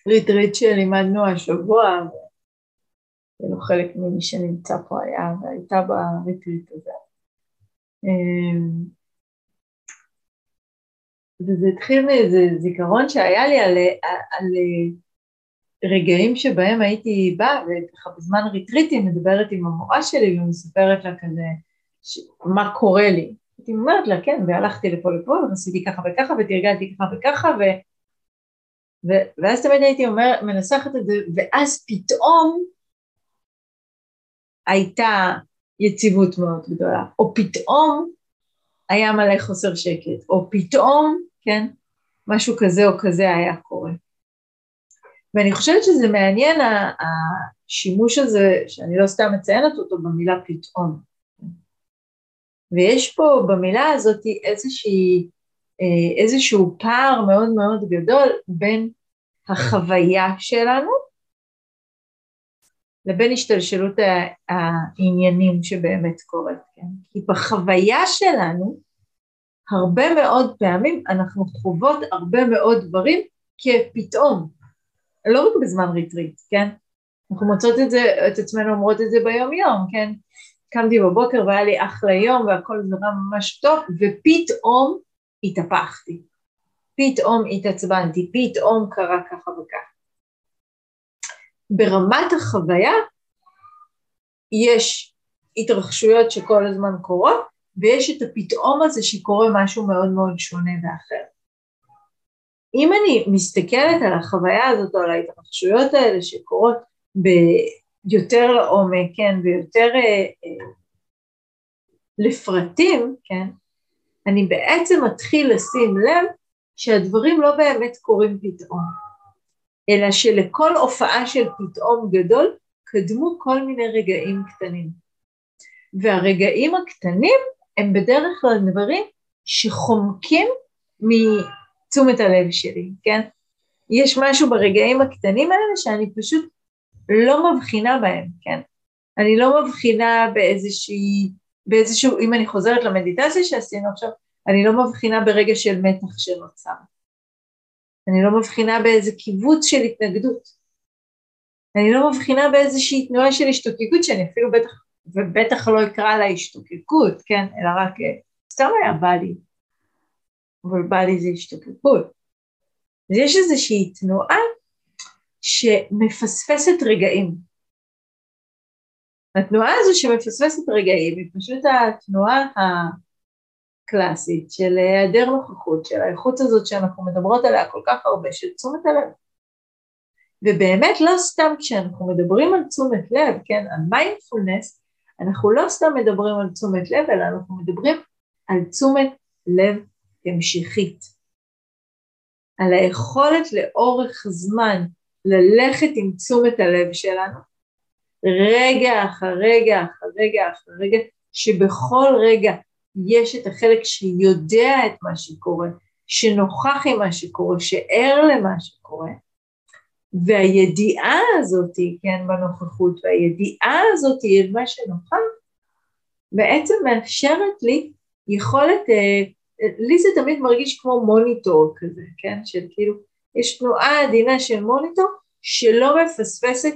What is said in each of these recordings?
ריטריט שלימדנו השבוע, ולא חלק ממי שנמצא פה היה, והייתה בריטריט הזה. וזה התחיל מאיזה זיכרון שהיה לי על רגעים שבהם הייתי באה, וככה בזמן ריטריטים מדברת עם המורה שלי, ומספרת לה כזה, מה קורה לי. הייתי אומרת לה, כן, והלכתי לפה, ועשיתי ככה וככה, ותרגלתי ככה וככה, ואז תמיד הייתי מנסחת את זה, ואז פתאום הייתה יציבות מאוד גדולה, או פתאום היה מלא חוסר שקט, או פתאום, כן, משהו כזה או כזה היה קורה. ואני חושבת שזה מעניין, השימוש הזה, שאני לא סתם מציינת אותו במילה פתאום. ויש פה במילה הזאת איזשהו פער מאוד מאוד גדול בין החוויה שלנו, לבין השתלשלות העניינים שבאמת קורית. כן? כי בחוויה שלנו, הרבה מאוד פעמים אנחנו חוות הרבה מאוד דברים כפתאום, לא רק בזמן ריטריט, כן? אנחנו מוצאות את עצמנו אומרות את זה ביום יום, כן? קמתי בבוקר והיה לי אחלה יום והכל זרם ממש טוב, ופתאום התהפכתי, פתאום התעצבנתי, פתאום קרה ככה וככה. ברמת החוויה יש התרחשויות שכל הזמן קורות, ויש את הפתאום הזה שקורה משהו מאוד מאוד שונה ואחר. אם אני מסתכלת על החוויה הזאת, או על ההתרחשויות האלה שקורות ביותר לעומק, כן, ויותר לפרטים, כן, אני בעצם מתחיל לשים לב שהדברים לא באמת קורים פתאום, אלא שלכל הופעה של פתאום גדול, קדמו כל מיני רגעים קטנים. והרגעים הקטנים הם בדרך כלל דברים שחומקים מתשומת הלב שלי, כן? יש משהו ברגעים הקטנים האלה שאני פשוט לא מבחינה בהם, כן? אני לא מבחינה באיזשהו, אם אני חוזרת למדיטציה שעשינו עכשיו, אני לא מבחינה ברגע של מתח שנוצר. אני לא מבחינה באיזה קיבוץ של התנגדות. אני לא מבחינה באיזושהי תנועה של השתוקקות, שאני אפילו בטח לא אקרא לה השתוקקות, כן? אלא רק סתם היה בא לי. אבל בא לי זה השתוקקות. אז יש איזושהי תנועה שמפספסת רגעים. התנועה הזו שמפספסת רגעים היא פשוט התנועה הקלאסית של היעדר נוכחות, של האיכות הזאת שאנחנו מדברות עליה כל כך הרבה, של תשומת הלב. ובאמת לא סתם כשאנחנו מדברים על תשומת לב, כן, על מיינדפולנס, אנחנו לא סתם מדברים על תשומת לב, אלא אנחנו מדברים על תשומת לב המשכית. על היכולת לאורך זמן ללכת עם תשומת הלב שלנו, רגע אחר רגע אחר רגע אחר רגע, שבכל רגע יש את החלק שיודע את מה שקורה, שנוכח עם מה שקורה, שער למה שקורה, והידיעה הזאת, כן, בנוכחות, והידיעה הזאת היא מה שנוכח, בעצם מאפשרת לי יכולת, לי זה תמיד מרגיש כמו מוניטור כזה, כן, של כאילו, יש תנועה עדינה של מוניטור, שלא מפספסת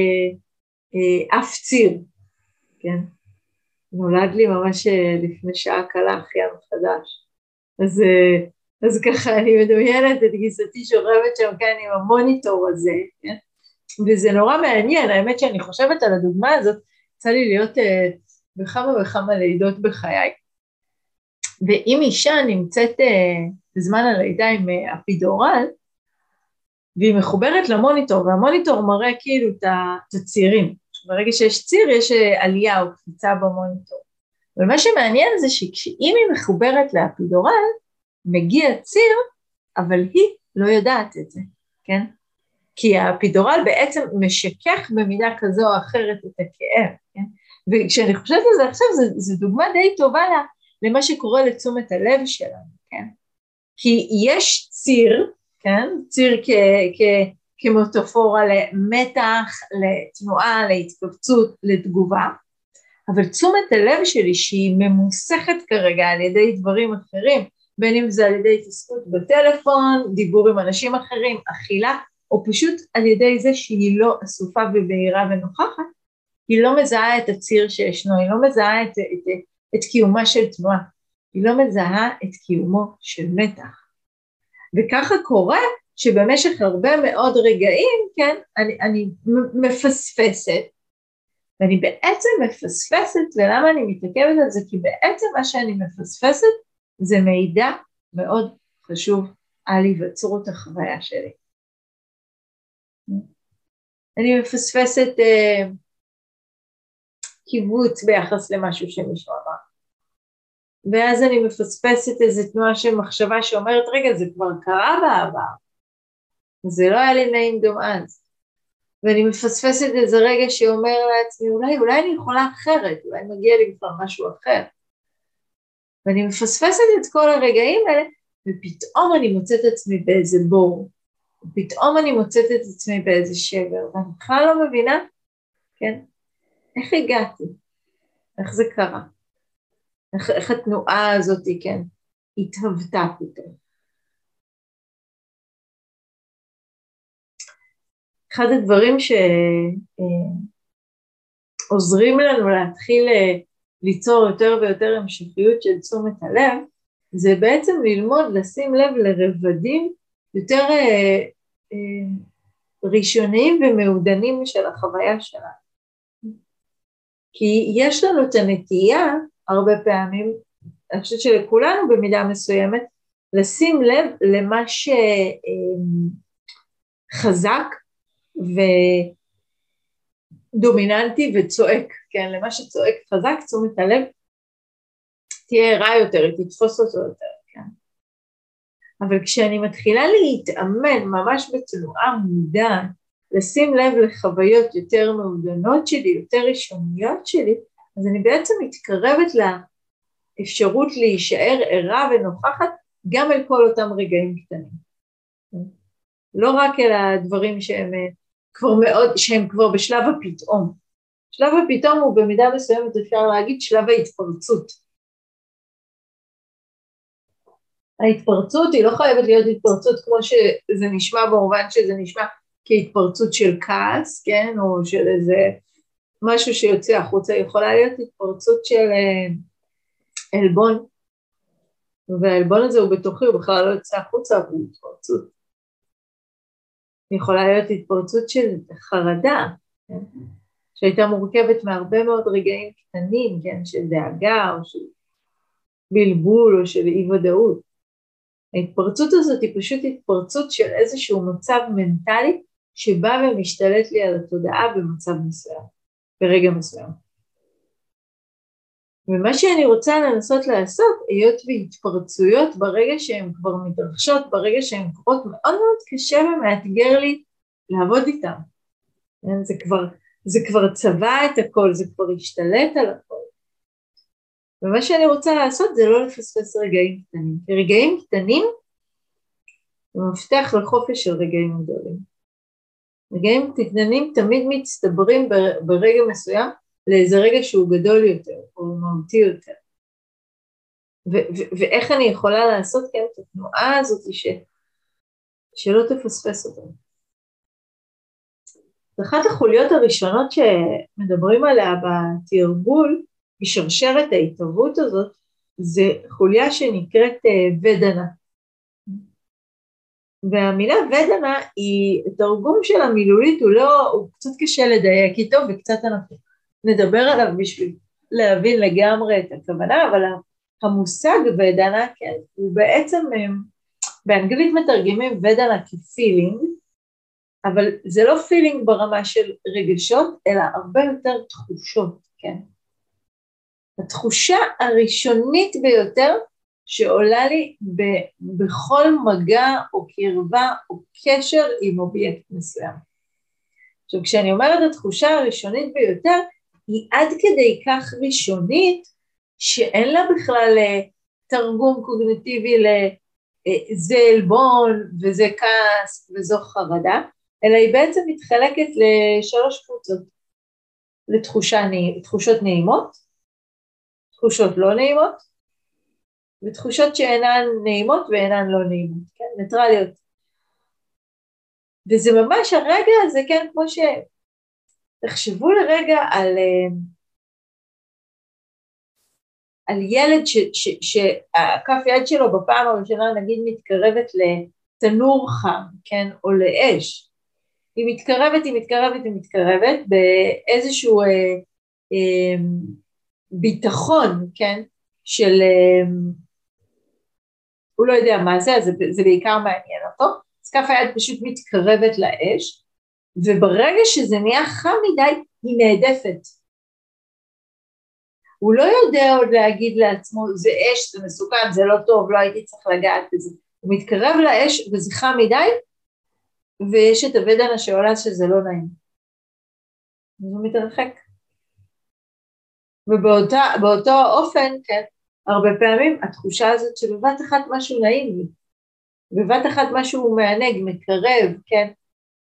אף ציר, כן, נולד לי ממש לפני שעה קלה אחיין חדש, אז ככה אני מדמיינת את גיסתי שוכבת שם כאן עם המוניטור הזה, כן? וזה נורא מעניין, האמת שאני חושבת על הדוגמה הזאת, יצא לי להיות בכמה וכמה לידות בחיי, ואם אישה נמצאת בזמן הלידה עם אפידורל, והיא מחוברת למוניטור, והמוניטור מראה כאילו את הצירים, ברגע שיש ציר יש עלייה או קפיצה במוניטור, אבל מה שמעניין זה שאם היא מחוברת לאפידורל, מגיע ציר, אבל היא לא יודעת את זה, כן? כי האפידורל בעצם משכך במידה כזו או אחרת את הכאב, כן? וכשאני חושבת על זה עכשיו, זו דוגמה די טובה למה שקורה לתשומת הלב שלנו, כן? כי יש ציר, כן? ציר כמטאפורה למתח, לתנועה, להתכווצות, לתגובה, אבל תשומת הלב שלי שהיא ממוסכת כרגע על ידי דברים אחרים, בין אם זה על ידי התעסקות בטלפון, דיבור עם אנשים אחרים, אכילה, או פשוט על ידי זה שהיא לא אסופה ובהירה ונוכחת, היא לא מזהה את הציר שישנו, היא לא מזהה את קיומה של תנועה, היא לא מזהה את קיומו של מתח. וככה קורה שבמשך הרבה מאוד רגעים, כן, אני מפספסת, ואני בעצם מפספסת, ולמה אני מתעכבת על זה? כי בעצם מה שאני מפספסת זה מידע מאוד חשוב על היווצרות החוויה שלי. אני מפספסת קיבוץ ביחס למשהו שמישהו אמר. ואז אני מפספסת איזו תנועה של מחשבה שאומרת, רגע, זה כבר קרה בעבר, זה לא היה לי נעים גם אז. ואני מפספסת איזה רגע שאומר לעצמי, אולי אני יכולה אחרת, אולי מגיע לי כבר משהו אחר. ואני מפספסת את כל הרגעים האלה, ופתאום אני מוצאת עצמי באיזה בור, ופתאום אני מוצאת את עצמי באיזה שבר, ואני בכלל לא מבינה, כן, איך הגעתי, איך זה קרה, איך התנועה הזאת, כן, התהוותה פתאום. אחד הדברים שעוזרים לנו להתחיל ליצור יותר ויותר המשכיות של תשומת הלב, זה בעצם ללמוד לשים לב לרבדים יותר ראשוניים ומעודנים של החוויה שלנו. כי יש לנו את הנטייה, הרבה פעמים, אני חושבת שלכולנו במידה מסוימת, לשים לב למה שחזק ודומיננטי וצועק, כן? למה שצועק חזק, תשומת הלב, תהיה רע יותר, היא תתפוס אותו יותר, כן? אבל כשאני מתחילה להתאמן ממש בתנועה מודעת, לשים לב לחוויות יותר מעודנות שלי, יותר ראשוניות שלי, אז אני בעצם מתקרבת לאפשרות להישאר ערה ונוכחת גם אל כל אותם רגעים קטנים. לא רק אל הדברים שהם כבר בשלב הפתאום. שלב הפתאום הוא במידה מסוימת אפשר להגיד שלב ההתפרצות. ההתפרצות היא לא חייבת להיות התפרצות כמו שזה נשמע במובן שזה נשמע כהתפרצות של כעס, כן, או של איזה משהו שיוצא החוצה, יכולה להיות התפרצות של אלבון, והאלבון הזה הוא בתוכי, הוא בכלל לא יוצא החוצה, אבל הוא התפרצות. יכולה להיות התפרצות של חרדה, כן? שהייתה מורכבת מהרבה מאוד רגעים קטנים, כן, של דאגה, או של בלבול, או של אי-ודאות. ההתפרצות הזאת היא פשוט התפרצות של איזשהו מצב מנטלי, שבא ומשתלט לי על התודעה במצב מסוים, ברגע מסוים. ומה שאני רוצה לנסות לעשות, היות והתפרצויות ברגע שהן כבר מתרחשות, ברגע שהן קורות, מאוד מאוד קשה ומאתגר לי לעבוד איתן. זה כבר צבע את הכל, זה כבר השתלט על הכל. ומה שאני רוצה לעשות זה לא לפספס רגעים קטנים, כי רגעים קטנים זה מפתח לחופש של רגעים גדולים. רגעים קטנים תמיד מצטברים ברגע מסוים לאיזה רגע שהוא גדול יותר או מהותי יותר. ואיך אני יכולה לעשות כן את התנועה הזאת שלא תפספס אותה. אחת החוליות הראשונות שמדברים עליה בתרגול, בשרשרת ההתהוות הזאת, זה חוליה שנקראת ודנה. והמילה ודנה היא, התרגום של המילולית הוא קצת קשה לדייק איתו, וקצת אנחנו נדבר עליו בשביל להבין לגמרי את הכוונה, אבל המושג ודנה, כן, הוא בעצם, באנגלית מתרגמים ודנה כפילינג, אבל זה לא פילינג ברמה של רגשות, אלא הרבה יותר תחושות, כן. התחושה הראשונית ביותר שעולה לי בכל מגע או קרבה או קשר עם אובייקט מסוים. עכשיו, כשאני אומרת התחושה הראשונית ביותר, היא עד כדי כך ראשונית, שאין לה בכלל תרגום קוגניטיבי לזה עלבון וזה כעס וזו חרדה, אלא היא בעצם מתחלקת לשלוש קבוצות, לתחושות נעימות, תחושות לא נעימות, ותחושות שאינן נעימות ואינן לא נעימות, כן? ניטרליות. וזה ממש הרגע הזה, כן, כמו תחשבו לרגע על ילד שהכף יד שלו בפעם הראשונה נגיד מתקרבת לתנור חם, כן, או לאש. היא מתקרבת באיזשהו ביטחון, כן, של הוא לא יודע מה זה, זה בעיקר מעניין אותו, אז כף היד פשוט מתקרבת לאש, וברגע שזה נהיה חם מדי, היא נעדפת. הוא לא יודע עוד להגיד לעצמו, זה אש, זה מסוכן, זה לא טוב, לא הייתי צריך לגעת בזה. הוא מתקרב לאש וזה חם מדי, ויש את הוודנה שעולה שזה לא נעים. הוא מתרחק. ובאותו אופן, כן, הרבה פעמים התחושה הזאת שבבת אחת משהו נעים לי, בבת אחת משהו מענג, מקרב, כן,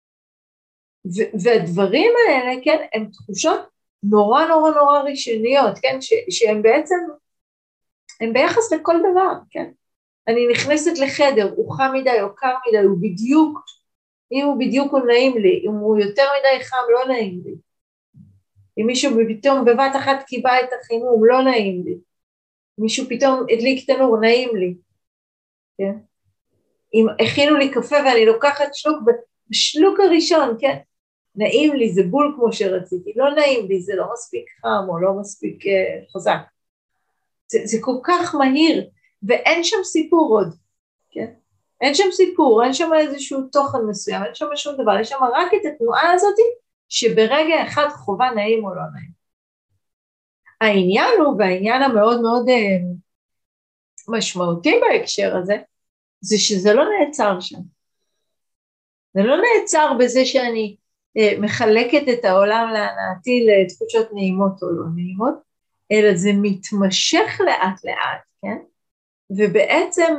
והדברים האלה, כן, הם תחושות נורא נורא נורא ראשוניות, כן, שהם בעצם, הם ביחס לכל דבר, כן. אני נכנסת לחדר, הוא חם מדי או קר מדי, הוא בדיוק, אם הוא בדיוק הוא נעים לי, אם הוא יותר מדי חם לא נעים לי. אם מישהו פתאום בבת אחת קיבה את החימום, לא נעים לי. מישהו פתאום הדליק תנור, נעים לי. כן? אם הכינו לי קפה ואני לוקחת שלוק, בשלוק הראשון, כן? נעים לי, זה בול כמו שרציתי, לא נעים לי, זה לא מספיק חם או לא מספיק חזק. זה כל כך מהיר, ואין שם סיפור עוד, כן? אין שם סיפור, אין שם איזשהו תוכן מסוים, אין שם שום דבר, יש שם רק את התנועה הזאת, שברגע אחד חובה נעים או לא נעים. העניין הוא, והעניין המאוד מאוד משמעותי בהקשר הזה, זה שזה לא נעצר שם. זה לא נעצר בזה שאני מחלקת את העולם להנאתי לתחושות נעימות או לא נעימות, אלא זה מתמשך לאט לאט, כן? ובעצם,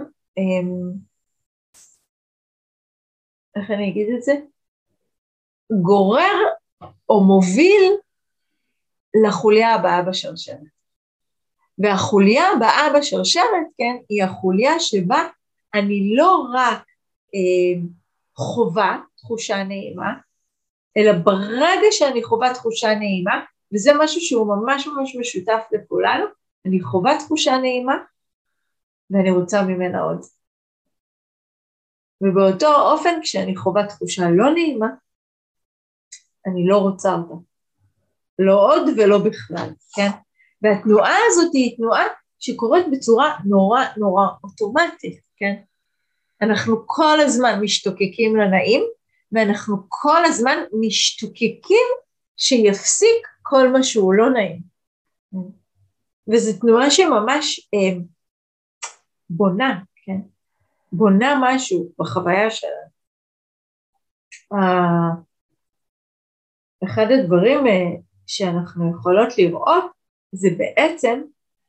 איך אני אגיד את זה? גורר או מוביל לחוליה הבאה בשרשרת. והחוליה הבאה בשרשרת, כן, היא החוליה שבה אני לא רק חובה תחושה נעימה, אלא ברגע שאני חובה תחושה נעימה, וזה משהו שהוא ממש ממש משותף לכולנו, אני חובה תחושה נעימה, ואני רוצה ממנה עוד. ובאותו אופן, כשאני חובה תחושה לא נעימה, אני לא רוצה אותה. לא עוד ולא בכלל, כן? והתנועה הזאת היא תנועה שקורית בצורה נורא נורא אוטומטית, כן? אנחנו כל הזמן משתוקקים לנעים, ואנחנו כל הזמן משתוקקים שיפסיק כל מה שהוא לא נעים. וזו תנועה שממש בונה, כן? בונה משהו בחוויה שלנו. אחד הדברים שאנחנו יכולות לראות, זה בעצם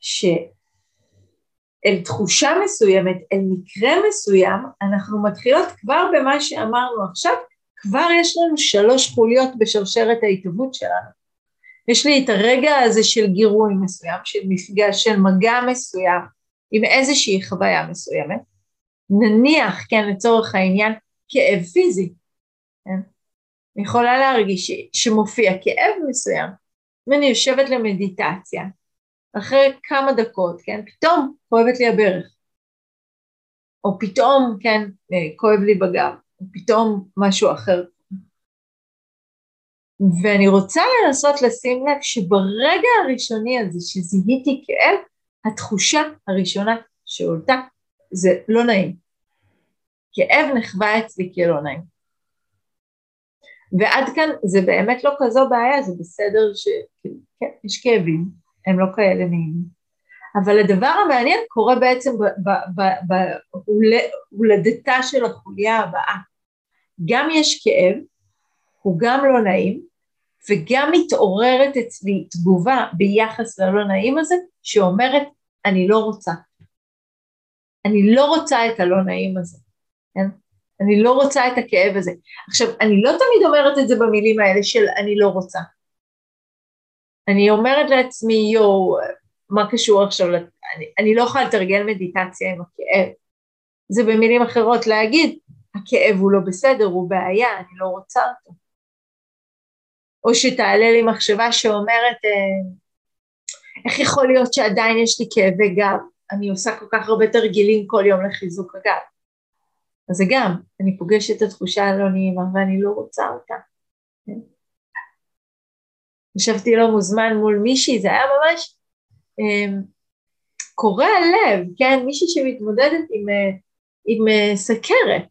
שאל תחושה מסוימת, אל מקרה מסוים, אנחנו מתחילות כבר במה שאמרנו עכשיו, כבר יש לנו 3 חוליות בשרשרת ההתהוות שלנו. יש לי את הרגע הזה של גירוי מסוים, של מפגש, של מגע מסוים, עם איזושהי חוויה מסוימת, נניח, כן, לצורך העניין, כאב פיזי, כן? אני יכולה להרגיש שמופיע כאב מסוים, ואני יושבת למדיטציה, אחרי כמה דקות, כן, פתאום כואבת לי הברך, או פתאום, כן, כואב לי בגב, או פתאום משהו אחר. ואני רוצה לנסות לשים לב שברגע הראשוני הזה שזיהיתי כאב, התחושה הראשונה שעולתה זה לא נעים. כאב נחווה אצלי כלא נעים. ועד כאן זה באמת לא כזו בעיה, זה בסדר שכן, יש כאבים, הם לא כאלה נעימים. אבל הדבר המעניין קורה בעצם בהולדתה של החוליה הבאה. גם יש כאב, הוא גם לא נעים, וגם מתעוררת אצלי תגובה ביחס ללא נעים הזה, שאומרת, אני לא רוצה. אני לא רוצה את הלא נעים הזה. כן? אני לא רוצה את הכאב הזה. עכשיו, אני לא תמיד אומרת את זה במילים האלה של אני לא רוצה. אני אומרת לעצמי, מה קשור עכשיו? אני לא יכולה לתרגל מדיטציה עם הכאב. זה במילים אחרות להגיד, הכאב הוא לא בסדר, הוא בעיה, אני לא רוצה אותו. או שתעלה לי מחשבה שאומרת, איך יכול להיות שעדיין יש לי כאבי גב? אני עושה כל כך הרבה תרגילים כל יום לחיזוק הגב. אז זה גם, אני פוגשת את התחושה הלא נעימה ואני לא רוצה אותה. ישבתי לא מוזמן מול מישהי, זה היה ממש קורע לב, כן? מישהי שמתמודדת עם סכרת.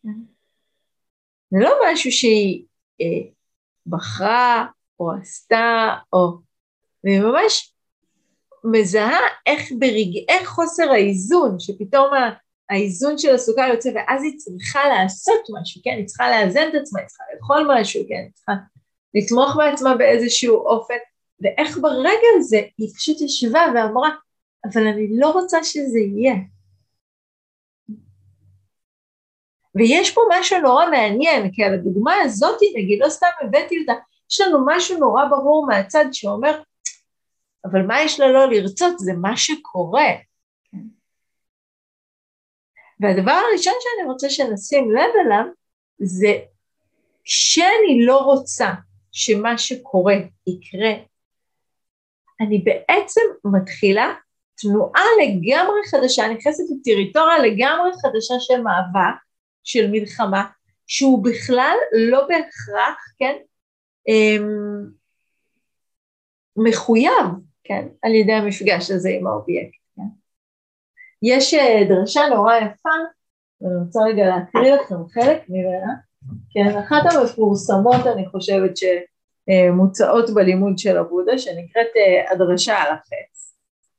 זה לא משהו שהיא בחרה או עשתה, והיא ממש מזהה איך חוסר האיזון, שפתאום האיזון של הסוכר יוצא, ואז היא צריכה לעשות משהו, כן? היא צריכה לאזן את עצמה, היא צריכה לאכול משהו, כן? היא צריכה לתמוך בעצמה באיזשהו אופן, ואיך ברגע הזה היא פשוט ישבה ואמרה, אבל אני לא רוצה שזה יהיה. ויש פה משהו נורא מעניין, כי על הדוגמה הזאת, נגיד, לא סתם הבאתי אותה, יש לנו משהו נורא ברור מהצד שאומר, אבל מה יש לה לא לרצות? זה מה שקורה. והדבר הראשון שאני רוצה שנשים לב אליו, זה כשאני לא רוצה שמה שקורה יקרה, אני בעצם מתחילה תנועה לגמרי חדשה, נכנסת לטריטוריה לגמרי חדשה של מאבק, של מלחמה, שהוא בכלל לא בהכרח, כן, מחויב, כן, על ידי המפגש הזה עם האובייקט, כן. יש דרשה נורא יפה, ואני רוצה רגע להקריא לכם חלק ממנה, כן, אחת המפורסמות אני חושבת שמוצאות בלימוד של הבודה, שנקראת הדרשה על החץ.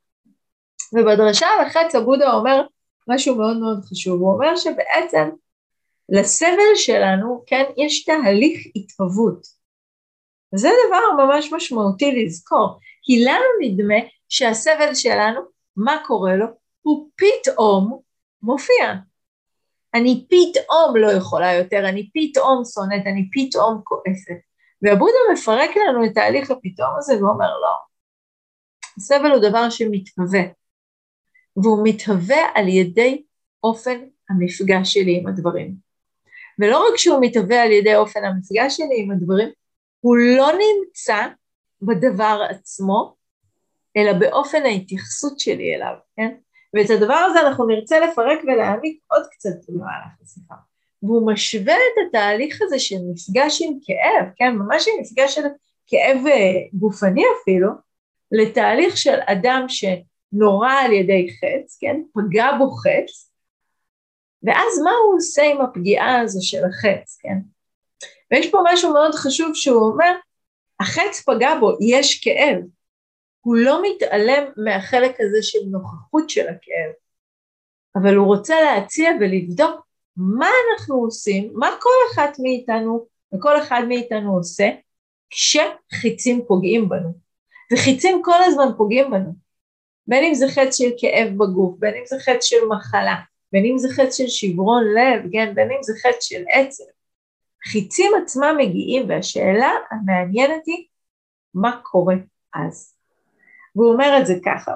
ובדרשה על החץ הבודה אומר משהו מאוד מאוד חשוב, הוא אומר שבעצם לסבל שלנו, כן, יש תהליך התהוות. וזה דבר ממש משמעותי לזכור, כי לנו נדמה שהסבל שלנו, מה קורה לו? הוא פתאום מופיע. אני פתאום לא יכולה יותר, אני פתאום שונאת, אני פתאום כועסת. והבודה מפרק לנו את תהליך הפתאום הזה ואומר לא. הסבל הוא דבר שמתהווה, והוא מתהווה על ידי אופן המפגש שלי עם הדברים. ולא רק שהוא מתהווה על ידי אופן המפגש שלי עם הדברים, הוא לא נמצא בדבר עצמו, אלא באופן ההתייחסות שלי אליו, כן? ואת הדבר הזה אנחנו נרצה לפרק ולהעמיק עוד קצת במהלך השיחה. והוא משווה את התהליך הזה של מפגש עם כאב, כן? ממש עם מפגש של כאב גופני אפילו, לתהליך של אדם שנורא על ידי חץ, כן? פגע בו חץ, ואז מה הוא עושה עם הפגיעה הזו של החץ, כן? ויש פה משהו מאוד חשוב שהוא אומר, החץ פגע בו, יש כאב, הוא לא מתעלם מהחלק הזה של נוכחות של הכאב, אבל הוא רוצה להציע ולבדוק מה אנחנו עושים, מה כל אחד מאיתנו וכל אחד מאיתנו עושה, כשחיצים פוגעים בנו, וחיצים כל הזמן פוגעים בנו, בין אם זה חץ של כאב בגוף, בין אם זה חץ של מחלה, בין אם זה חץ של שברון לב, כן? בין אם זה חץ של עצב, חיצים עצמם מגיעים, והשאלה המעניינת היא, מה קורה אז? והוא אומר את זה ככה,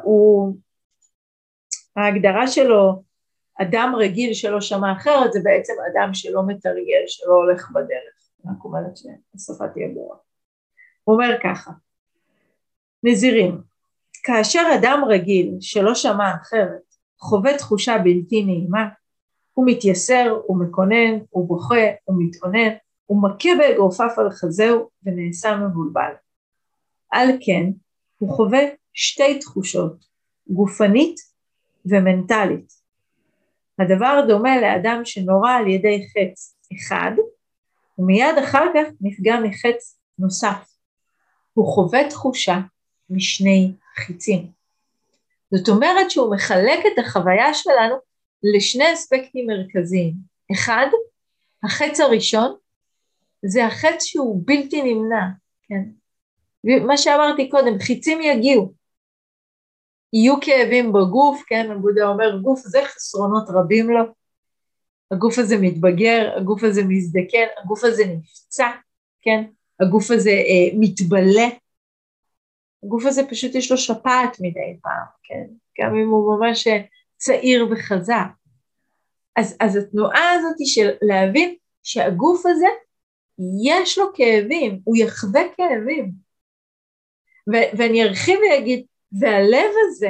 ההגדרה שלו, אדם רגיל שלא שמע אחרת, זה בעצם אדם שלא מתרגל, שלא הולך בדרך, רק אומרת שהשפה תהיה ברורה. הוא אומר ככה, נזירים, כאשר אדם רגיל שלא שמע אחרת, חווה תחושה בלתי נעימה, הוא מתייסר, הוא מקונן, הוא בוכה, הוא מתעונן, הוא מכה באגרופף על חזהו ונעשה מבולבל. על כן, הוא חווה שתי תחושות, גופנית ומנטלית. הדבר דומה לאדם שנורא על ידי חץ אחד, ומיד אחר כך נפגע מחץ נוסף. הוא חווה תחושה משני חיצים. זאת אומרת שהוא מחלק את החוויה שלנו לשני אספקטים מרכזיים. אחד, החץ הראשון, זה החץ שהוא בלתי נמנע, כן? ומה שאמרתי קודם, חיצים יגיעו, יהיו כאבים בגוף, כן? הבודה אומר, גוף זה חסרונות רבים לו, הגוף הזה מתבגר, הגוף הזה מזדקן, הגוף הזה נפצע, כן? הגוף הזה מתבלה, הגוף הזה פשוט יש לו שפעת מדי פעם, כן? גם אם הוא ממש צעיר וחזק. אז התנועה הזאת של להבין שהגוף הזה יש לו כאבים, הוא יחווה כאבים. ואני ארחיב ואגיד, והלב הזה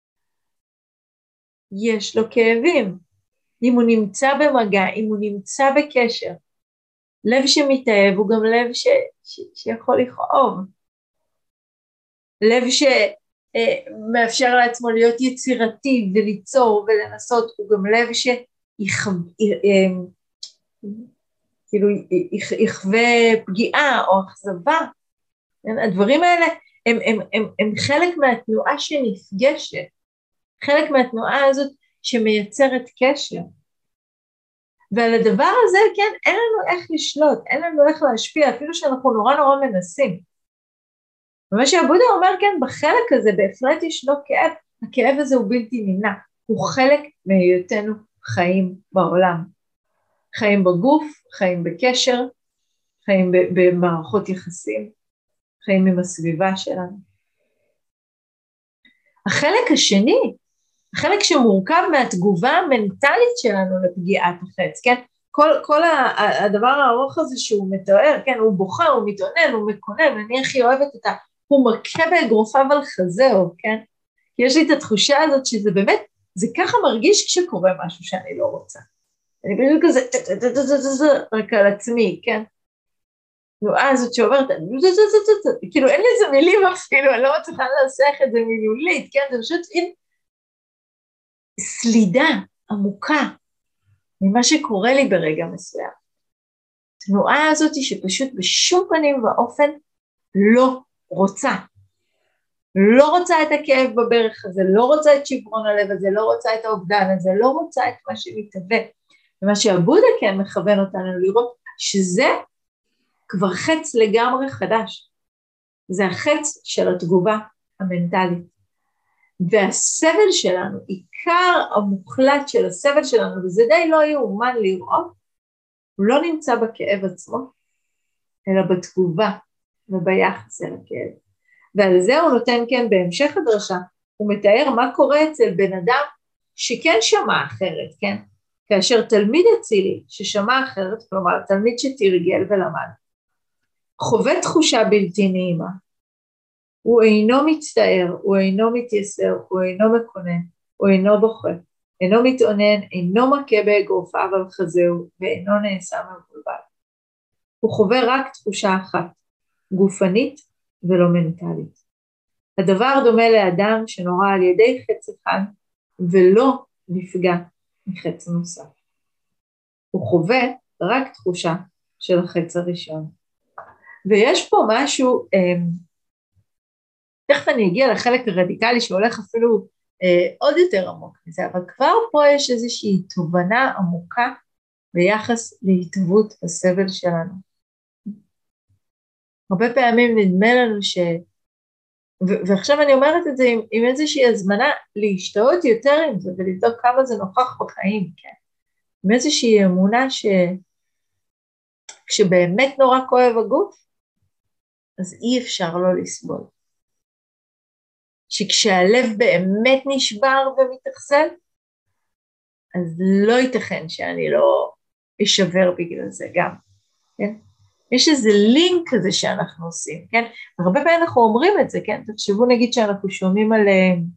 יש לו כאבים. אם הוא נמצא במגע, אם הוא נמצא בקשר, לב שמתאהב הוא גם לב שיכול לכאוב. לב שמאפשר לעצמו להיות יצירתי וליצור ולנסות, הוא גם לב יחווה פגיעה או אכזבה. הדברים האלה הם חלק מהתנועה שנפגשת, חלק מהתנועה הזאת שמייצרת קשר. ועל הדבר הזה, כן, אין לנו איך לשלוט, אין לנו איך להשפיע, אפילו שאנחנו נורא מנסים. ומה שהבודה אומר, כן, בחלק הזה בהפרט ישנו כאב, הכאב הזה הוא בלתי נמנע, הוא חלק מהיותנו חיים בעולם. חיים בגוף, חיים בקשר, חיים במערכות יחסים, חיים עם הסביבה שלנו. החלק השני, החלק שמורכב מהתגובה המנטלית שלנו לפגיעת החץ, כן? כל הדבר הארוך הזה שהוא מתואר, כן? הוא בוכה, הוא מתעונן, הוא מקונן, אני הכי אוהבת את הוא מכה באגרופיו על חזהו, כן? כי יש לי את התחושה הזאת שזה באמת, זה ככה מרגיש כשקורה משהו שאני לא רוצה. אני בדיוק כזה, רק על עצמי, כן? תנועה הזאת שעוברת, כאילו אין לי איזה מילים אפילו, אני לא מצליחה לנסח את זה מילולית, כן? זה פשוט סלידה עמוקה ממה שקורה לי ברגע מסוים. התנועה הזאת שפשוט בשום פנים ואופן לא רוצה את הכאב בברך הזה, לא רוצה את שברון הלב הזה, לא רוצה את האובדן הזה, לא רוצה את מה שמתהווה. ומה שהבודה כן מכוון אותנו לראות שזה כבר חץ לגמרי חדש. זה החץ של התגובה המנטלית. והסבל שלנו, עיקר המוחלט של הסבל שלנו, וזה די לא יאומן לראות, הוא לא נמצא בכאב עצמו, אלא בתגובה וביחס אל הכאב. ועל זה הוא נותן כן בהמשך הדרשה, הוא מתאר מה קורה אצל בן אדם שכן שמע אחרת, כן? כאשר תלמיד אצילי ששמע אחרת, כלומר תלמיד שתרגל ולמד, חווה תחושה בלתי נעימה, הוא אינו מצטער, הוא אינו מתייסר, הוא אינו מקונן, הוא אינו בוכה, אינו מתעונן, אינו מכה באגרופיו על חזהו, ואינו נעשה מבולבל. הוא חווה רק תחושה אחת, גופנית ולא מנטלית. הדבר דומה לאדם שנורא על ידי חץ אחד, ולא נפגע מחץ נוסף. הוא חווה רק תחושה של החץ הראשון. ויש פה משהו, תכף אני אגיע לחלק הרדיקלי שהולך אפילו עוד יותר עמוק מזה, אבל כבר פה יש איזושהי תובנה עמוקה ביחס להתהוות הסבל שלנו. הרבה פעמים נדמה לנו ועכשיו אני אומרת את זה עם איזושהי הזמנה להשתאות יותר עם זה ולבדוק כמה זה נוכח בחיים, כן? עם איזושהי אמונה כשבאמת נורא כואב הגוף, אז אי אפשר לא לסבול. שכשהלב באמת נשבר ומתאכזב, אז לא ייתכן שאני לא אשבר בגלל זה גם, כן? יש איזה לינק כזה שאנחנו עושים, כן? הרבה פעמים אנחנו אומרים את זה, כן? תחשבו נגיד שאנחנו שומעים על,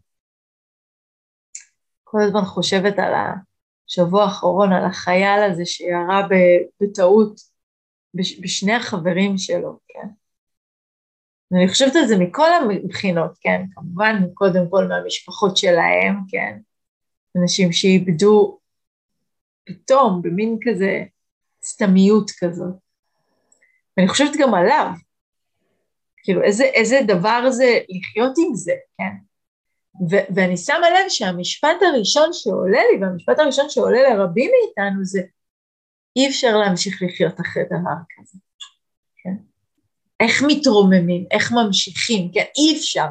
כל הזמן חושבת על השבוע האחרון, על החייל הזה שירה בטעות בשני החברים שלו, כן? ואני חושבת על זה מכל הבחינות, כן? כמובן, קודם כל מהמשפחות שלהם, כן? אנשים שאיבדו פתאום במין כזה סתמיות כזאת. ואני חושבת גם עליו, כאילו איזה דבר זה לחיות עם זה, כן? ואני שמה לב שהמשפט הראשון שעולה לי, והמשפט הראשון שעולה לרבים מאיתנו זה, אי אפשר להמשיך לחיות אחרי דבר כזה, כן? איך מתרוממים, איך ממשיכים, כן? אי אפשר.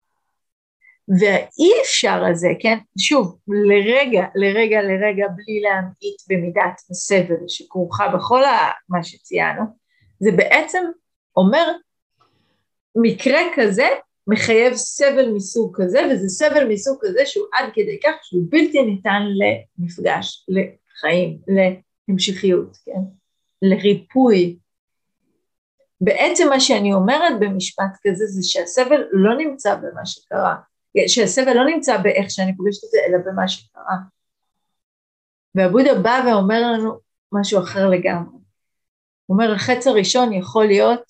והאי אפשר הזה, כן? שוב, לרגע, בלי להמעיט במידת הסבל שכרוכה בכל מה שציינו, זה בעצם אומר, מקרה כזה מחייב סבל מסוג כזה, וזה סבל מסוג כזה שהוא עד כדי כך שהוא בלתי ניתן למפגש, לחיים, להמשכיות, כן? לריפוי. בעצם מה שאני אומרת במשפט כזה זה שהסבל לא נמצא במה שקרה, שהסבל לא נמצא באיך שאני פוגשת את זה, אלא במה שקרה. והבודה בא ואומר לנו משהו אחר לגמרי. הוא אומר, החץ הראשון יכול להיות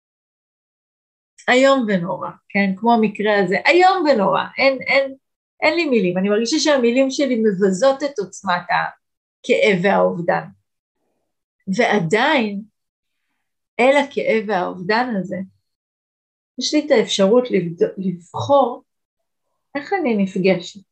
איום ונורא, כן? כמו המקרה הזה, איום ונורא, אין לי מילים, אני מרגישה שהמילים שלי מבזות את עוצמת הכאב והאובדן. ועדיין, אל הכאב והאובדן הזה, יש לי את האפשרות לבחור איך אני נפגשת.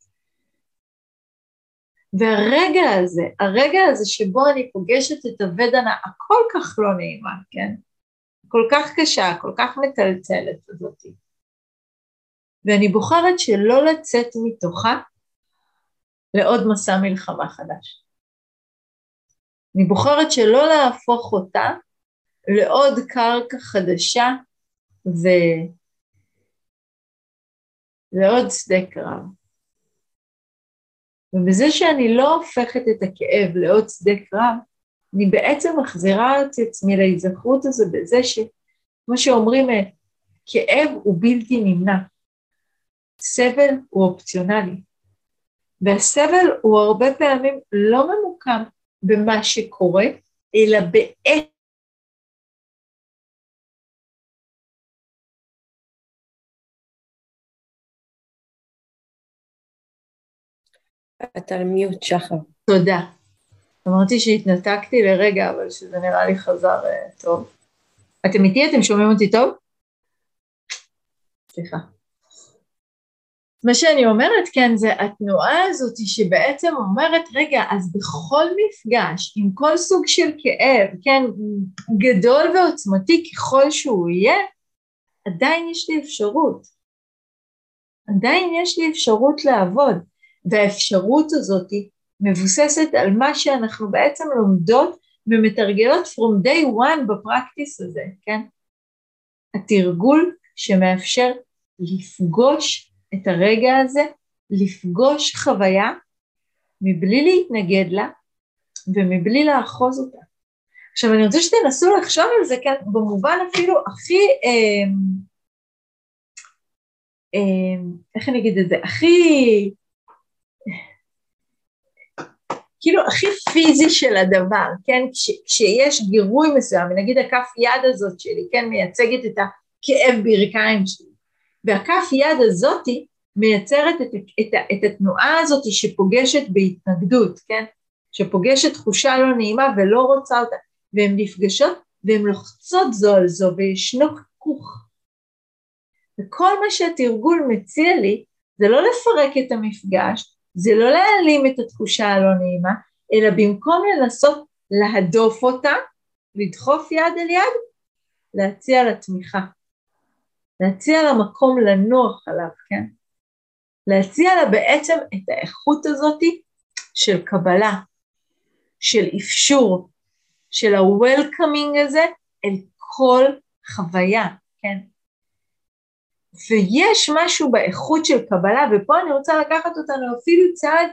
והרגע הזה שבו אני פוגשת את הוודנה הכל כך לא נעימה, כן? כל כך קשה, כל כך מטלטלת הזאת. ואני בוחרת שלא לצאת מתוכה לעוד מסע מלחמה חדש. אני בוחרת שלא להפוך אותה לעוד קרקע חדשה ולעוד שדה קרב. ובזה שאני לא הופכת את הכאב לעוד שדה קרב, אני בעצם מחזירה את עצמי להיזכרות הזו בזה שכמו שאומרים, כאב הוא בלתי נמנע, סבל הוא אופציונלי, והסבל הוא הרבה פעמים לא ממוקם במה שקורה, אלא בעת. אתה על מיוט, שחר. תודה. אמרתי שהתנתקתי לרגע, אבל שזה נראה לי חזר טוב. אתם איתי? אתם שומעים אותי טוב? סליחה. מה שאני אומרת כן, זה התנועה הזאת שבעצם אומרת, רגע, אז בכל מפגש, עם כל סוג של כאב, כן, גדול ועוצמתי ככל שהוא יהיה, עדיין יש לי אפשרות. עדיין יש לי אפשרות לעבוד, והאפשרות הזאת מבוססת על מה שאנחנו בעצם לומדות ומתרגלות from day one בפרקטיס הזה, כן? התרגול שמאפשר לפגוש את הרגע הזה, לפגוש חוויה, מבלי להתנגד לה, ומבלי לאחוז אותה. עכשיו אני רוצה שתנסו לחשוב על זה, כן, במובן אפילו הכי, איך אני אגיד את זה, כאילו הכי פיזי של הדבר, כן, כשיש גירוי מסוים, נגיד הכף יד הזאת שלי, כן, מייצגת את הכאב ברכיים שלי, והכף יד הזאת מייצרת את התנועה הזאת שפוגשת בהתנגדות, כן, שפוגשת תחושה לא נעימה ולא רוצה אותה, והן נפגשות והן לוחצות זו על זו וישנו חיכוך. וכל מה שהתרגול מציע לי, זה לא לפרק את המפגש, זה לא להעלים את התחושה הלא נעימה, אלא במקום לנסות להדוף אותה, לדחוף יד אל יד, להציע לה תמיכה. להציע לה מקום לנוח עליו, כן? להציע לה בעצם את האיכות הזאת של קבלה, של אפשור, של ה-welcoming הזה אל כל חוויה, כן? ויש משהו באיכות של קבלה, ופה אני רוצה לקחת אותנו אפילו צעד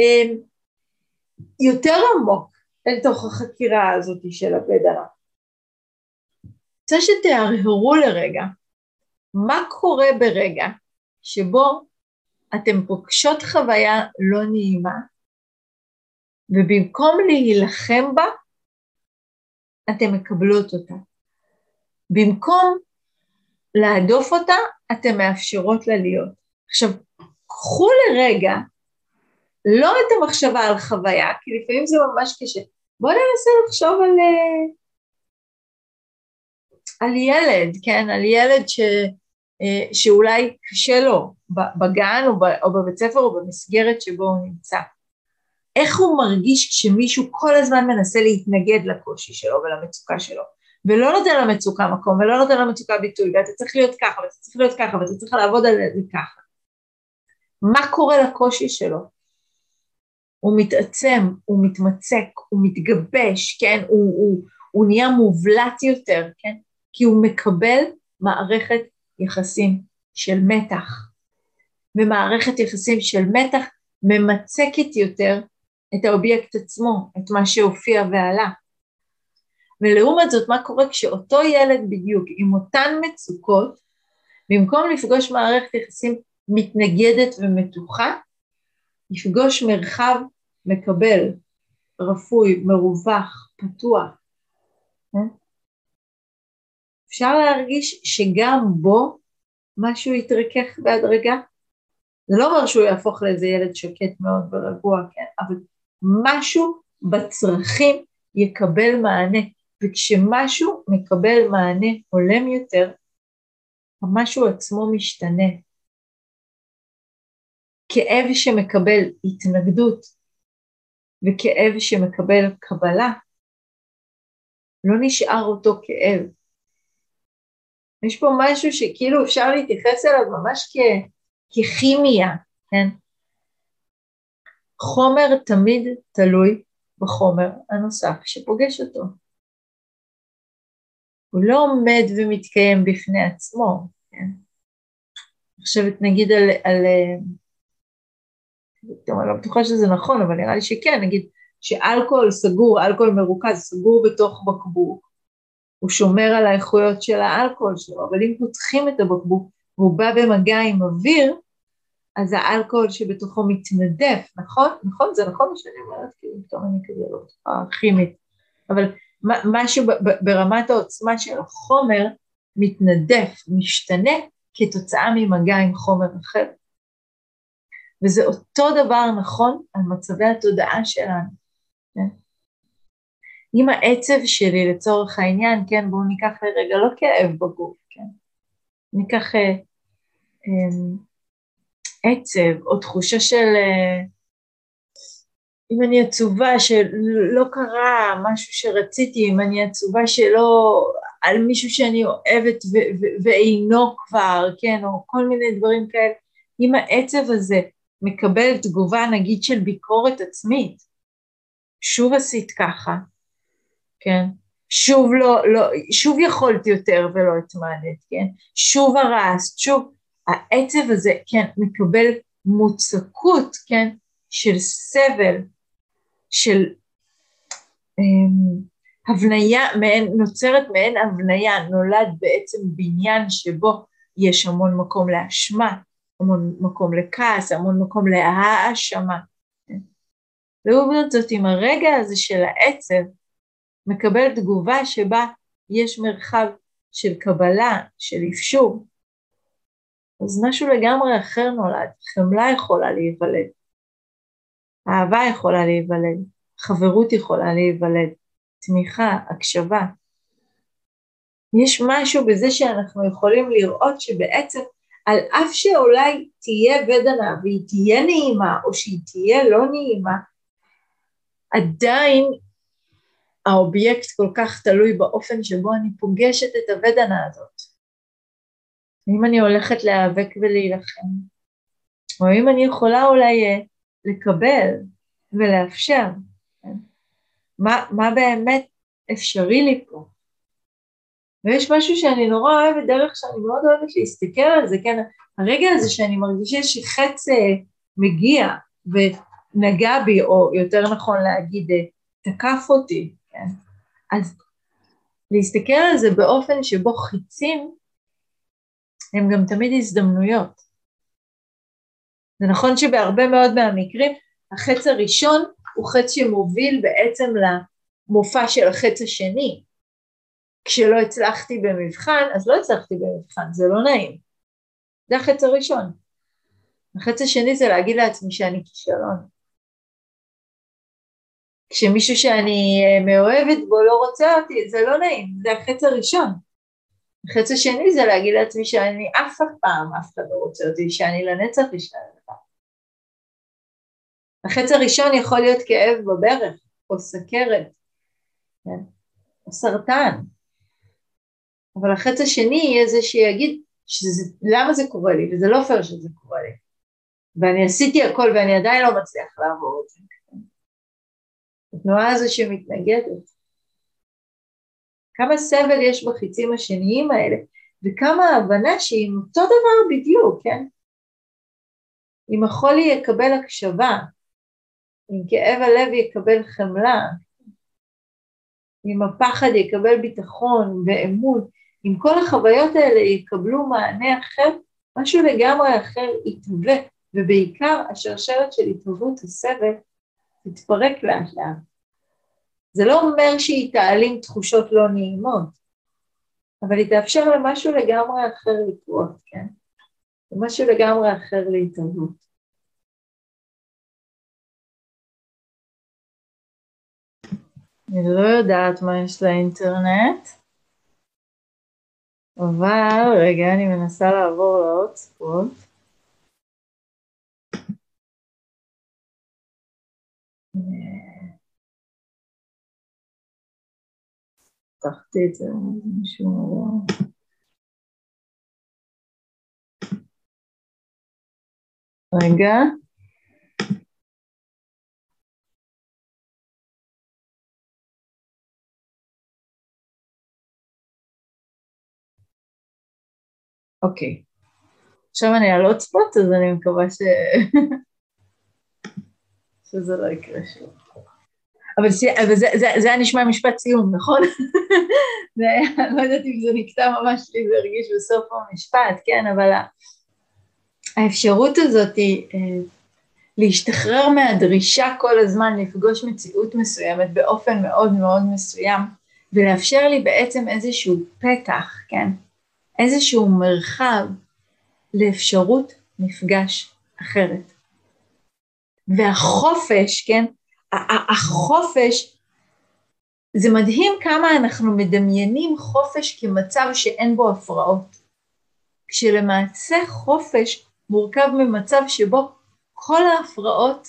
יותר עמוק אל תוך החקירה הזאת של הוודנה. רוצה שתהרהרו לרגע, מה קורה ברגע שבו אתם פוגשות חוויה לא נעימה, ובמקום להילחם בה, אתם מקבלות אותה. במקום להדוף אותה, אתם מאפשרות לה להיות. עכשיו, קחו לרגע, לא את המחשבה על חוויה, כי לפעמים זה ממש קשה. בואו ננסה לחשוב על ילד, כן? על ילד שאולי קשה לו בגן או בבית ספר או במסגרת שבו הוא נמצא. איך הוא מרגיש כשמישהו כל הזמן מנסה להתנגד לקושי שלו ולמצוקה שלו, ולא נותן למצוקה מקום, ולא נותן למצוקה ביטוי, ואתה צריך להיות ככה, ואתה צריך להיות ככה, ואתה צריך לעבוד על זה ככה. מה קורה לקושי שלו? הוא מתעצם, הוא מתמצק, הוא מתגבש, כן? הוא נהיה מובלט יותר, כן? כי הוא מקבל מערכת יחסים של מתח, ומערכת יחסים של מתח ממצקת יותר את האובייקט עצמו, את מה שהופיע ועלה. ולעומת זאת, מה קורה כשאותו ילד בדיוק עם אותן מצוקות, במקום לפגוש מערכת יחסים מתנגדת ומתוחה, יפגוש מרחב מקבל, רפוי, מרווח, פתוח. אפשר להרגיש שגם בו משהו יתרכך בהדרגה. זה לא אומר שהוא יהפוך לאיזה ילד שקט מאוד ורגוע, כן? אבל משהו בצרכים יקבל מענה, וכשמשהו מקבל מענה הולם יותר, המשהו עצמו משתנה. כאב שמקבל התנגדות, וכאב שמקבל קבלה, לא נשאר אותו כאב. יש פה משהו שכאילו אפשר להתייחס אליו ממש ככימיה, כן? חומר תמיד תלוי בחומר הנוסף שפוגש אותו. הוא לא עומד ומתקיים בפני עצמו, כן? אני חושבת נגיד אני לא בטוחה שזה נכון, אבל נראה לי שכן, נגיד שאלכוהול סגור, אלכוהול מרוכז, סגור בתוך בקבוק, הוא שומר על האיכויות של האלכוהול שלו, אבל אם פותחים את הבקבוק והוא בא במגע עם אוויר, אז האלכוהול שבתוכו מתנדף, נכון? נכון, זה נכון מה שאני אומרת, כי פתאום אני כזה לא בטוחה כימית, אבל משהו ברמת העוצמה של החומר מתנדף, משתנה כתוצאה ממגע עם חומר אחר. וזה אותו דבר נכון על מצבי התודעה שלנו. כן? עם העצב שלי לצורך העניין, כן, בואו ניקח לרגע לא כאב בגוף, כן? ניקח עצב או תחושה של, אם אני עצובה שלא קרה משהו שרציתי, אם אני עצובה שלא, על מישהו שאני אוהבת ואינו כבר, כן, או כל מיני דברים כאלה, אם העצב הזה מקבל תגובה נגיד של ביקורת עצמית, שוב עשית ככה, כן, שוב יכולתי יותר ולא התמענת, כן, שוב הרסת, שוב, העצב הזה, כן, מקבל מוצקות, כן, של סבל, של הבניה, נוצרת מעין הבניה, נולד בעצם בניין שבו יש המון מקום להאשמה, המון מקום לכעס, המון מקום להאשמה. לעומת זאת, עם הרגע הזה של העצב, מקבל תגובה שבה יש מרחב של קבלה, של אפשור, אז משהו לגמרי אחר נולד, חמלה יכולה להיוולד, אהבה יכולה להיוולד, חברות יכולה להיוולד, תמיכה, הקשבה. יש משהו בזה שאנחנו יכולים לראות שבעצם על אף שאולי תהיה ודנה והיא תהיה נעימה או שהיא תהיה לא נעימה, עדיין האובייקט כל כך תלוי באופן שבו אני פוגשת את הוודנה הזאת. אם אני הולכת להיאבק ולהילחם, או אם אני יכולה אולי לקבל ולאפשר, מה באמת אפשרי לי פה. ויש משהו שאני נורא אוהבת, דרך שאני מאוד אוהבת להסתכל על זה, כן, הרגע הזה שאני מרגישה שחץ מגיע ונגע בי, או יותר נכון להגיד, תקף אותי, כן, אז להסתכל על זה באופן שבו חיצים, הם גם תמיד הזדמנויות. זה נכון שבהרבה מאוד מהמקרים, החץ הראשון הוא חץ שמוביל בעצם למופע של החץ השני. כשלא הצלחתי במבחן, אז לא הצלחתי במבחן, זה לא נעים. זה החץ הראשון. החץ השני זה להגיד לעצמי שאני כישלון. כשמישהו שאני מאוהבת בו לא רוצה אותי, זה לא נעים, זה החץ הראשון. החץ השני זה להגיד לעצמי שאני אף אחד לא רוצה אותי, שאני לנצח אשאר לך. החץ הראשון יכול להיות כאב בברך, או סכרת, כן? או סרטן. אבל החץ השני יהיה זה שיגיד למה זה קורה לי, וזה לא פייר שזה קורה לי. ואני עשיתי הכל ואני עדיין לא מצליח לעבור את זה. התנועה הזו שמתנגדת. כמה סבל יש בחיצים השניים האלה, וכמה הבנה שהיא אותו דבר בדיוק, כן? אם החולי יקבל הקשבה, אם כאב הלב יקבל חמלה, אם הפחד יקבל ביטחון ואמון, אם כל החוויות האלה יקבלו מענה אחר, משהו לגמרי אחר יתהווה, ובעיקר השרשרת של התהוות הסבל תתפרק לאט לאט. זה לא אומר שהיא תעלים תחושות לא נעימות, אבל היא תאפשר למשהו לגמרי אחר לקרות, כן? למשהו לגמרי אחר להתהוות. אני לא יודעת מה יש לאינטרנט, אבל רגע, אני מנסה לעבור להוטספוט. פתחתי את זה, משהו לא... רגע. אוקיי. עכשיו אני על הוטספוט, אז אני מקווה שזה לא יקרה שוב. אבל זה היה נשמע משפט סיום, נכון? אני לא יודעת אם זה נקטע ממש לי, זה הרגיש בסוף המשפט, כן, אבל האפשרות הזאת היא להשתחרר מהדרישה כל הזמן, לפגוש מציאות מסוימת באופן מאוד מאוד מסוים, ולאפשר לי בעצם איזשהו פתח, כן? איזשהו מרחב לאפשרות מפגש אחרת. והחופש, כן? החופש, זה מדהים כמה אנחנו מדמיינים חופש כמצב שאין בו הפרעות. כשלמעשה חופש מורכב ממצב שבו כל ההפרעות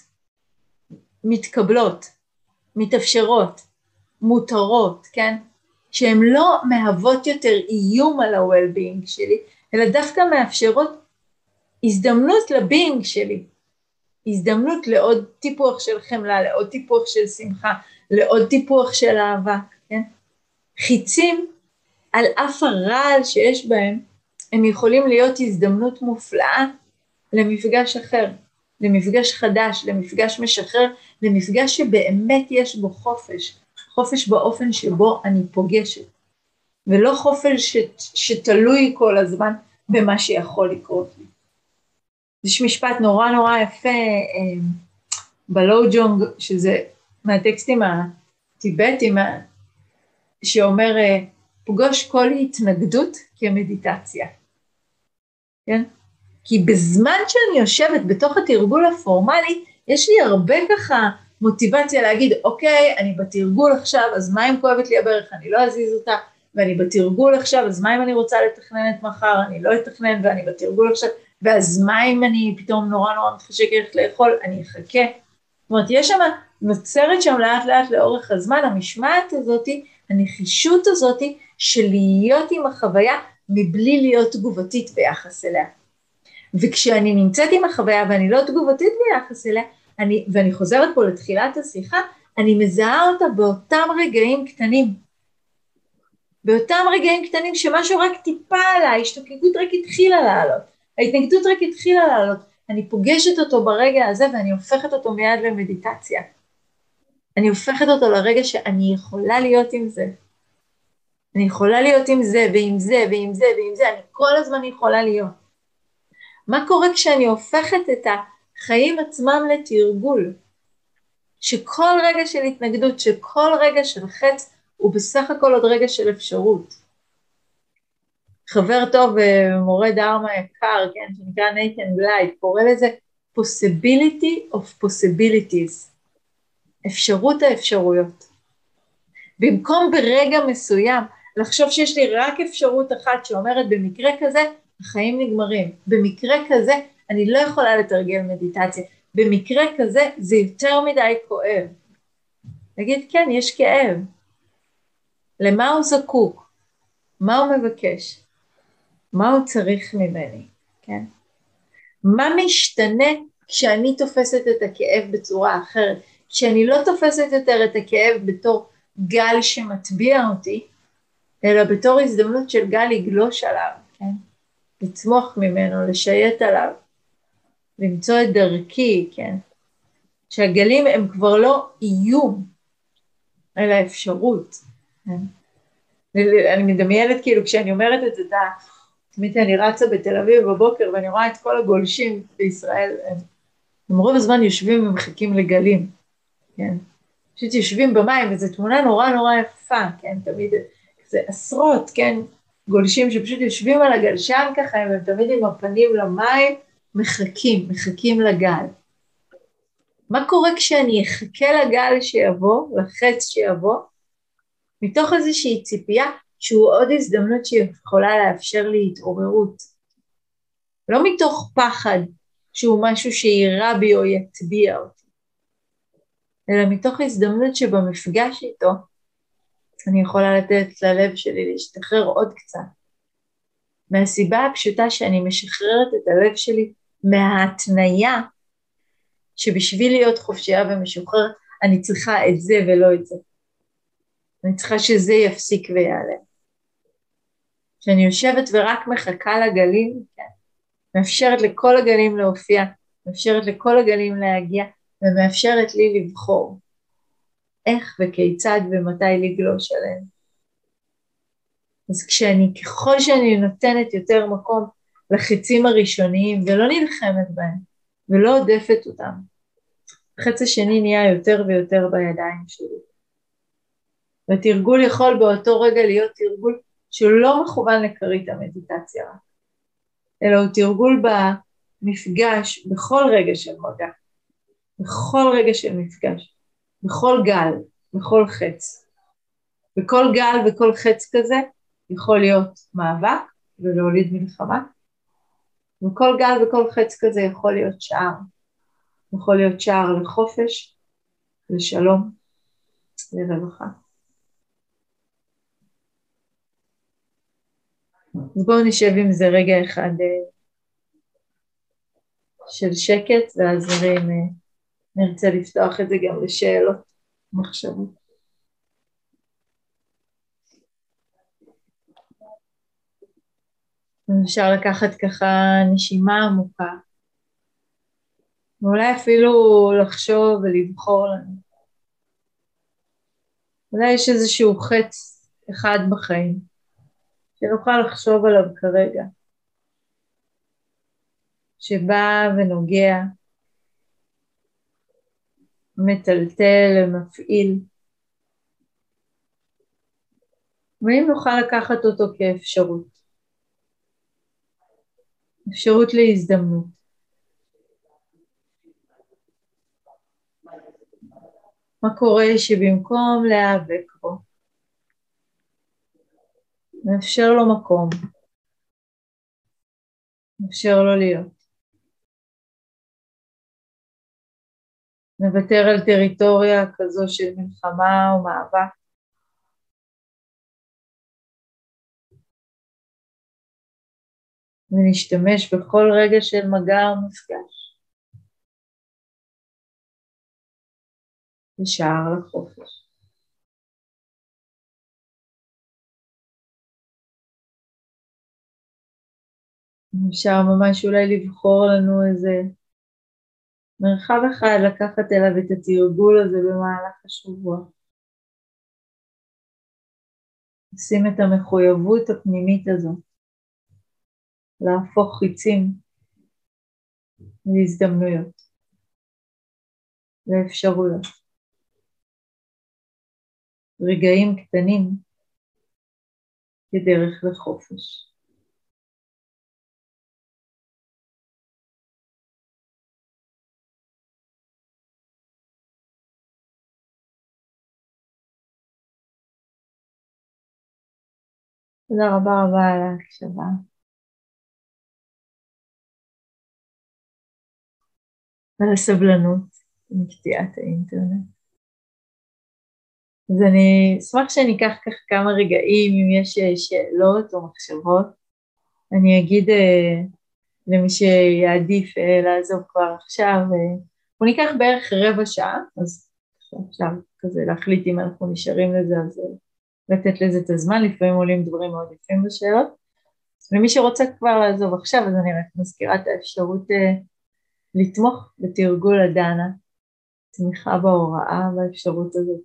מתקבלות, מתאפשרות, מותרות, כן? שהן לא מהוות יותר איום על ה-well-being שלי, אלא דווקא מאפשרות הזדמנות לביינג שלי, הזדמנות לעוד טיפוח של חמלה, לעוד טיפוח של שמחה, לעוד טיפוח של אהבה, כן? חיצים על אף הרעל שיש בהם, הם יכולים להיות הזדמנות מופלאה למפגש אחר, למפגש חדש, למפגש משחרר, למפגש שבאמת יש בו חופש, חופש באופן שבו אני פוגשת, ולא חופש שתלוי כל הזמן במה שיכול לקרות לי. יש משפט נורא נורא יפה בלואו ג'ונג, שזה מהטקסטים הטיבטיים, שאומר, פוגוש כל התנגדות כמדיטציה. כן? כי בזמן שאני יושבת בתוך התרגול הפורמלי, יש לי הרבה ככה מוטיבציה להגיד, אוקיי, אני בתרגול עכשיו, אז מה אם כואבת לי הברך, אני לא אזיז אותה, ואני בתרגול עכשיו, אז מה אם אני רוצה לתכנן את מחר, אני לא אתכנן, ואני בתרגול עכשיו, ואז מה אם אני פתאום נורא נורא מתחשקת לאכול, אני אחכה. זאת אומרת, יש שם, נוצרת שם לאט לאט לאורך הזמן, המשמעת הזאת, הנחישות הזאת של להיות עם החוויה, מבלי להיות תגובתית ביחס אליה. וכשאני נמצאת עם החוויה ואני לא תגובתית ביחס אליה, ואני חוזרת פה לתחילת השיחה, אני מזהה אותה באותם רגעים קטנים. באותם רגעים קטנים שמשהו רק טיפה עליי, ההשתוקקות רק התחילה לעלות, ההתנגדות רק התחילה לעלות, אני פוגשת אותו ברגע הזה ואני הופכת אותו מיד למדיטציה. אני הופכת אותו לרגע שאני יכולה להיות עם זה. אני יכולה להיות עם זה ועם זה ועם זה ועם זה, אני כל הזמן יכולה להיות. מה קורה כשאני הופכת את החיים עצמם לתרגול? שכל רגע של התנגדות, שכל רגע של חץ, הוא בסך הכל עוד רגע של אפשרות. חבר טוב ומורה דרמה יקר, כן, שנקרא נייתן בלייט, קורא לזה possibility of possibilities, אפשרות האפשרויות. במקום ברגע מסוים לחשוב שיש לי רק אפשרות אחת שאומרת במקרה כזה החיים נגמרים, במקרה כזה אני לא יכולה לתרגל מדיטציה, במקרה כזה זה יותר מדי כואב. נגיד כן, יש כאב. למה הוא זקוק? מה הוא מבקש? מה הוא צריך ממני? כן? מה משתנה כשאני תופסת את הכאב בצורה אחרת? כשאני לא תופסת יותר את הכאב בתור גל שמטביע אותי, אלא בתור הזדמנות של גל לגלוש עליו, כן? לצמוח ממנו, לשייט עליו, למצוא את דרכי, כן? שהגלים הם כבר לא איום, אלא אפשרות. אני מדמיינת כאילו כשאני אומרת את זה, תמיד אני רצה בתל אביב בבוקר ואני רואה את כל הגולשים בישראל, הם רוב הזמן יושבים ומחכים לגלים, כן? פשוט יושבים במים, וזו תמונה נורא נורא יפה, כן? תמיד זה עשרות, כן? גולשים שפשוט יושבים על הגלשן ככה, הם תמיד עם הפנים למים, מחכים לגל. מה קורה כשאני אחכה לגל שיבוא, לחץ שיבוא, מתוך איזושהי ציפייה שהוא עוד הזדמנות שיכולה לאפשר לי התעוררות. לא מתוך פחד שהוא משהו שיראה בי או יטביע אותי, אלא מתוך הזדמנות שבמפגש איתו אני יכולה לתת ללב שלי להשתחרר עוד קצת. מהסיבה הפשוטה שאני משחררת את הלב שלי מההתניה שבשביל להיות חופשייה ומשוחררת אני צריכה את זה ולא את זה. אני צריכה שזה יפסיק ויעלם. כשאני יושבת ורק מחכה לגלים, כן, מאפשרת לכל הגלים להופיע, מאפשרת לכל הגלים להגיע, ומאפשרת לי לבחור איך וכיצד ומתי לגלוש עליהם. אז ככל שאני נותנת יותר מקום לחיצים הראשוניים, ולא נלחמת בהם, ולא עודפת אותם, החץ השני נהיה יותר ויותר בידיים שלי. והתרגול יכול באותו רגע להיות תרגול שהוא לא מכוון לכרית המדיטציה, אלא הוא תרגול במפגש, בכל רגע של מגע, בכל רגע של מפגש, בכל גל, בכל חץ. בכל גל וכל חץ כזה יכול להיות מאבק ולהוליד מלחמה, וכל גל וכל חץ כזה יכול להיות שער, יכול להיות שער לחופש, לשלום, לרווחה. אז בואו נשב עם זה רגע אחד של שקט, ואז נרצה לפתוח את זה גם לשאלות, מחשבות. אפשר לקחת ככה נשימה עמוקה, ואולי אפילו לחשוב ולבחור לנו. אולי יש איזשהו חץ אחד בחיים, שנוכל לחשוב עליו כרגע, שבא ונוגע, מטלטל, מפעיל. ואם נוכל לקחת אותו כאפשרות, אפשרות להזדמנות. מה קורה שבמקום להיאבק בו, נאפשר לו מקום, נאפשר לו להיות. נוותר על טריטוריה כזו של מלחמה או מאבק. ונשתמש בכל רגע של מגע או מפגש בשער לחופש. אפשר ממש אולי לבחור לנו איזה מרחב אחד לקחת אליו את התרגול הזה במהלך השבוע. לשים את המחויבות הפנימית הזו, להפוך חיצים להזדמנויות, לאפשרויות. רגעים קטנים כדרך לחופש. תודה רבה רבה על ההקשבה. על הסבלנות עם קטיעת האינטרנט. אז אני אשמח שאני אקח כך כמה רגעים, אם יש שאלות או מחשבות. אני אגיד למי שיעדיף לעזוב כבר עכשיו, הוא ניקח בערך רבע שעה, אז אפשר כזה להחליט אם אנחנו נשארים לזה, אז לתת לזה את הזמן, לפעמים עולים דברים מאוד יפים בשאלות. למי שרוצה כבר לעזוב עכשיו, אז אני רק מזכירה את האפשרות לתמוך בתרגול הדנה, תמיכה בהוראה והאפשרות הזאת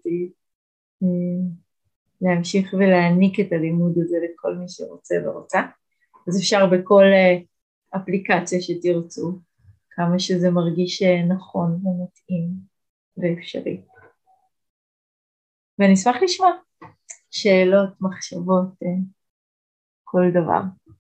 להמשיך ולהעניק את הלימוד הזה לכל מי שרוצה ורוצה. אז אפשר בכל אפליקציה שתרצו, כמה שזה מרגיש נכון ומתאים ואפשרי. ואני אשמח לשמוע שאלות, מחשבות, כל דבר.